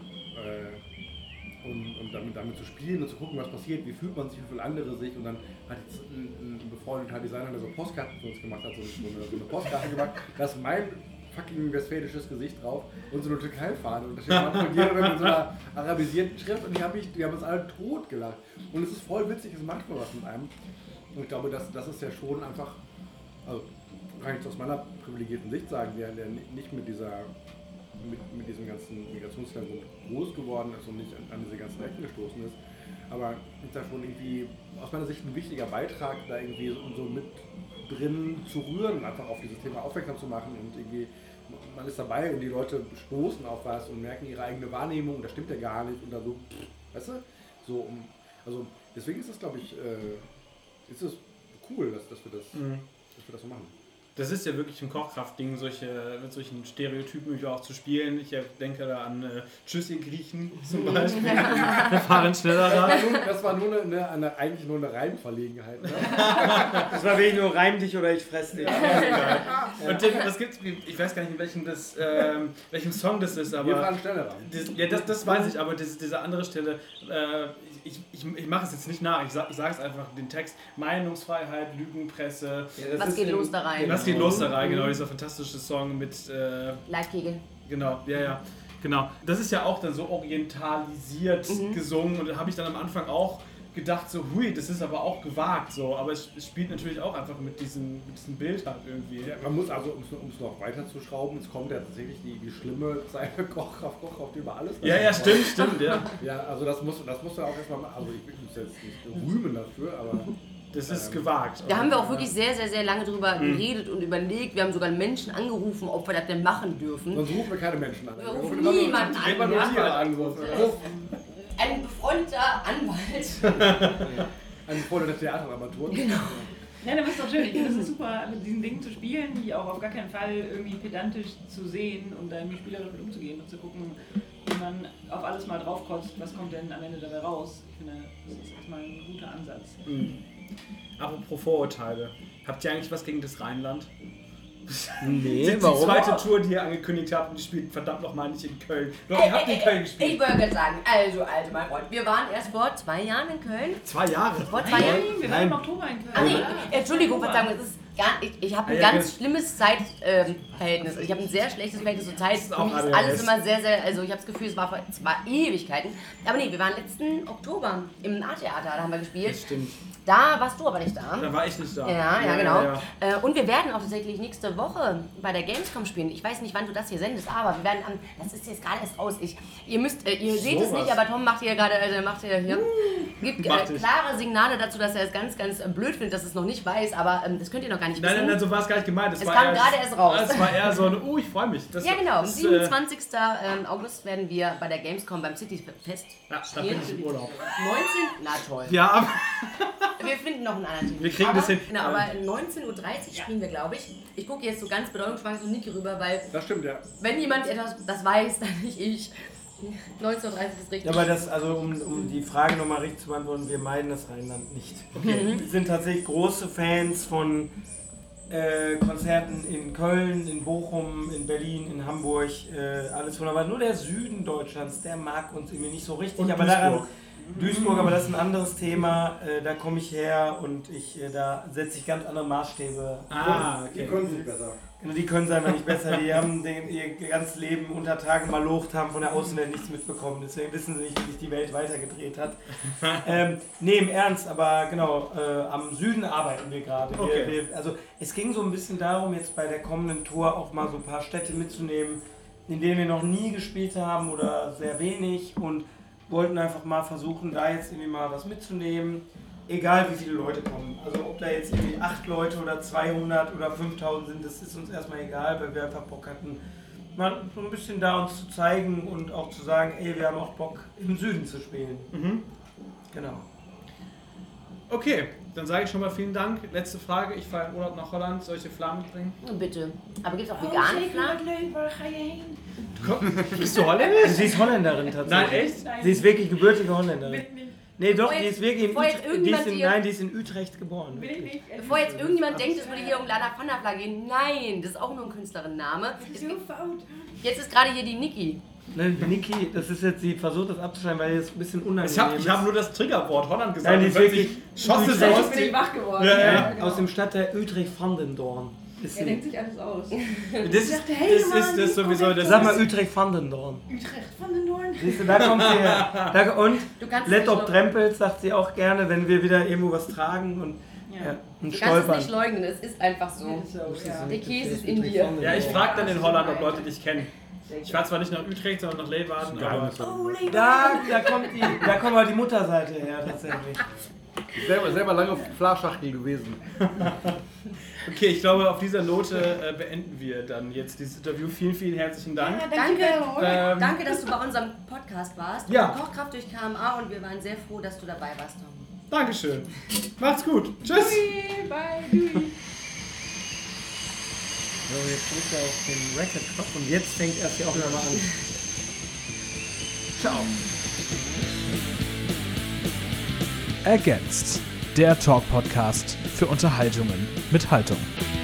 äh, und, und damit, damit zu spielen und zu gucken, was passiert, wie fühlt man sich, wie fühlen andere sich. Und dann hat jetzt ein, ein befreundeter Designer, der so Postkarten für uns gemacht hat, so eine, so eine Postkarte gemacht, da ist mein fucking westfälisches Gesicht drauf und so eine Türkei-Fahne. Und da steht Manfred Dieldorf mit so einer arabisierten Schrift und die haben, mich, die haben uns alle tot gelacht. Und es ist voll witzig, es macht mal was mit einem. Und ich glaube, das, das ist ja schon einfach, also kann ich aus meiner privilegierten Sicht sagen, der, der nicht mit dieser mit, mit diesem ganzen Migrationshintergrund groß geworden ist und nicht an, an diese ganzen Ecken gestoßen ist. Aber ist da schon irgendwie aus meiner Sicht ein wichtiger Beitrag, da irgendwie so, so mit drin zu rühren, einfach auf dieses Thema aufmerksam zu machen und irgendwie man ist dabei und die Leute stoßen auf was und merken ihre eigene Wahrnehmung, das stimmt ja gar nicht und da so, weißt du, so um, also deswegen ist es, glaube ich, äh, ist es cool, dass, dass wir das, mhm. dass wir das so machen. Das ist ja wirklich ein Kochkraftding, solche, mit solchen Stereotypen auch zu spielen. Ich denke da an äh, Tschüss ihr Griechen zum Beispiel. Wir fahren schneller da. Das war nur eine, eine, eigentlich nur eine Reimverlegenheit. Ne? Das war wirklich nur reim dich oder ich fress dich. Ja. Und das gibt's, ich weiß gar nicht, in welchem, das, ähm, welchem Song das ist, aber... Wir fahren schneller. Das, ja, das, das weiß ich, aber das, diese andere Stelle, äh, ich, ich, ich mache es jetzt nicht nach, ich sage ich es einfach, den Text, Meinungsfreiheit, Lügenpresse. Ja, was geht in, los da rein? Was geht los da rein, genau, dieser fantastische Song mit... Äh, Leitkegel. Genau, ja, ja, genau. Das ist ja auch dann so orientalisiert mhm. gesungen und da habe ich dann am Anfang auch gedacht, so, hui, das ist aber auch gewagt, so, aber es, es spielt natürlich auch einfach mit diesem, mit diesem Bild halt irgendwie. Ja, man muss also, um es noch weiter zu schrauben, es kommt ja tatsächlich die, die schlimme Zeile Kochkraft, Kochkraft über alles. Ja, ja, stimmt, stimmt, ja. Ja, also das muss, das muss ja auch erstmal machen, also ich will uns jetzt nicht rühmen dafür, aber... Das ist ähm, gewagt. Da haben wir auch wirklich sehr, sehr, sehr lange drüber mhm. geredet und überlegt. Wir haben sogar Menschen angerufen, ob wir das denn machen dürfen. Sonst rufen wir keine Menschen an. Wir rufen niemanden an. Wir nur Tiere angerufen. Ein befreundeter Anwalt. Ein befreundeter Theateramateur. Genau. Ja, das ist doch schön. Ich finde es super, mit diesen Dingen zu spielen, die auch auf gar keinen Fall irgendwie pedantisch zu sehen und da irgendwie spielerisch mit umzugehen und zu gucken, wie man auf alles mal draufkotzt, was kommt denn am Ende dabei raus. Ich finde, das ist erstmal ein guter Ansatz. Mhm. Apropos Vorurteile, habt ihr eigentlich was gegen das Rheinland? Nee, die warum? Die zweite Tour, die ihr angekündigt habt, und die spielt verdammt nochmal nicht in Köln. Doch, ihr habt in Köln gespielt. Ich wollte gerade sagen, also, also mein Freund, wir waren erst vor zwei Jahren in Köln. Zwei Jahre? Vor zwei Jahren? Wir waren im Oktober in Köln. Ach nee, Entschuldigung, Verzeihung, es ist Gar, ich ich habe ein Ah, ja, ganz ja. schlimmes Zeitverhältnis. Also ich habe ein sehr schlechtes Verhältnis zur Zeit. Für auch mich ist A D H S. alles immer sehr, sehr. Also ich habe das Gefühl, es war vor zwei Ewigkeiten. Aber nee, wir waren letzten Oktober im A-Theater, da haben wir gespielt. Das stimmt. Da warst du aber nicht da. Da war ich nicht da. Ja, ja, genau. ja. Äh, Und wir werden auch tatsächlich nächste Woche bei der Gamescom spielen. Ich weiß nicht, wann du das hier sendest, aber wir werden am. Das ist jetzt gerade erst aus. Ich, ihr müsst, äh, ihr seht es Sowas. nicht, aber Tom macht hier gerade, äh, macht hier, hier gibt äh, Macht ich. klare Signale dazu, dass er es ganz, ganz äh, blöd findet, dass er es noch nicht weiß. Aber ähm, das könnt ihr noch gar nicht Nein, wissen. nein, nein, so war es gar nicht gemeint. Es Es war kam eher- gerade erst raus. Es war eher so ein, uh, ich freue mich. Das, Ja, genau. Am das, äh, siebenundzwanzigsten August werden wir bei der Gamescom beim City Fest Ja, da bin ich im Urlaub. neunzehn Na toll. Ja, aber Wir finden noch einen anderen Termin. Wir kriegen aber, das hin. Genau, aber neunzehn Uhr dreißig spielen wir, glaube ich. Ich gucke jetzt so ganz bedeutungsschwankend zu Niki rüber, weil das stimmt, ja. wenn jemand etwas das weiß, dann nicht ich. neunzehn Uhr dreißig ist richtig. Ja, aber das, also um, um die Frage nochmal richtig zu beantworten, wir meiden das Rheinland nicht. Okay. Wir sind tatsächlich große Fans von äh, Konzerten in Köln, in Bochum, in Berlin, in Hamburg, äh, alles wunderbar. Nur der Süden Deutschlands, der mag uns irgendwie nicht so richtig. Und aber Duisburg. daran, Duisburg, aber das ist ein anderes Thema. Äh, da komme ich her und ich, äh, da setze ich ganz andere Maßstäbe. Ah, Die okay. können sich besser. Genau, die können es einfach nicht besser. Die haben den, ihr ganzes Leben unter Tagen malocht, haben von der Außenwelt nichts mitbekommen. Deswegen wissen sie nicht, wie sich die Welt weitergedreht hat. ähm, nee, im Ernst, aber genau, äh, am Süden arbeiten wir gerade. Wir- Okay. wir- Also es ging so ein bisschen darum, jetzt bei der kommenden Tour auch mal so ein paar Städte mitzunehmen, in denen wir noch nie gespielt haben oder sehr wenig und wollten einfach mal versuchen, da jetzt irgendwie mal was mitzunehmen. Egal wie viele Leute kommen. Also ob da jetzt irgendwie acht Leute oder zweihundert oder fünftausend sind, das ist uns erstmal egal, weil wir einfach Bock hatten, mal so ein bisschen da uns zu zeigen und auch zu sagen, ey, wir haben auch Bock im Süden zu spielen. Mhm. Genau. Okay, dann sage ich schon mal vielen Dank. Letzte Frage, ich fahre in Urlaub nach Holland. Soll ich dir Flamen mitbringen? Bitte. Aber gibt es auch Oh, vegane Fladen? Komm, bist du Holländisch? Sie ist Holländerin tatsächlich. Nein, echt? Sie ist wirklich gebürtige Holländerin. Nee, doch, Bevor die jetzt- ist wirklich in, bevor jetzt Ut- die irgendjemand ist in, hier- nein, die ist in Utrecht geboren. Bin ich nicht. Bevor jetzt irgendjemand denkt, es würde hier um Lana von der Flagge gehen. Nein, das ist auch nur ein Künstlerinnenname. Es gibt- Jetzt ist gerade hier die Niki. Ne, Niki, das ist jetzt, sie versucht das abzuschneiden, weil es ein bisschen unangenehm Ich habe ist. ich hab nur das Triggerwort Holland gesagt. Nein, die und ist plötzlich wirklich schoss es Utrecht. aus. Ich bin ich wach geworden. Ja, ja. genau. Aus dem Stadtteil Utrecht-Vandendorn. Ist Er sie. denkt sich alles aus. Das ist, dachte, hey, das, Mann, ist das sowieso. Das Sag mal ist, Utrecht-Vandendorn. Utrecht von den Norden. Siehst du, da kommt sie her. Da, und Du kannst Let es Up nicht Trempels sagt sie auch gerne, wenn wir wieder irgendwo was tragen und, Ja. ja, und Du kannst es stolpern. nicht leugnen, es ist einfach so. So, ja. Der Käse ist in dir. ja, ich frage dann in Holland, ob Leute dich kennen. Ich fahre zwar nicht nach Utrecht, sondern nach Leeuwarden, aber... Da, da, kommt die, da kommt mal die Mutterseite her tatsächlich. Selber, selber lange auf Flaschachtel gewesen. Okay, ich glaube, auf dieser Note äh, beenden wir dann jetzt dieses Interview. Vielen, vielen herzlichen Dank. Danke, Ähm, danke, dass du bei unserem Podcast warst. Ja. Kochkraft durch K M A und wir waren sehr froh, dass du dabei warst, Tom. Dankeschön. Macht's gut. Tschüss. Bye, Dui. So, jetzt drückt er auf den Record-Knopf und jetzt fängt erst die Aufnahme an. Ciao. Ergänzt. Der Talk-Podcast für Unterhaltungen mit Haltung.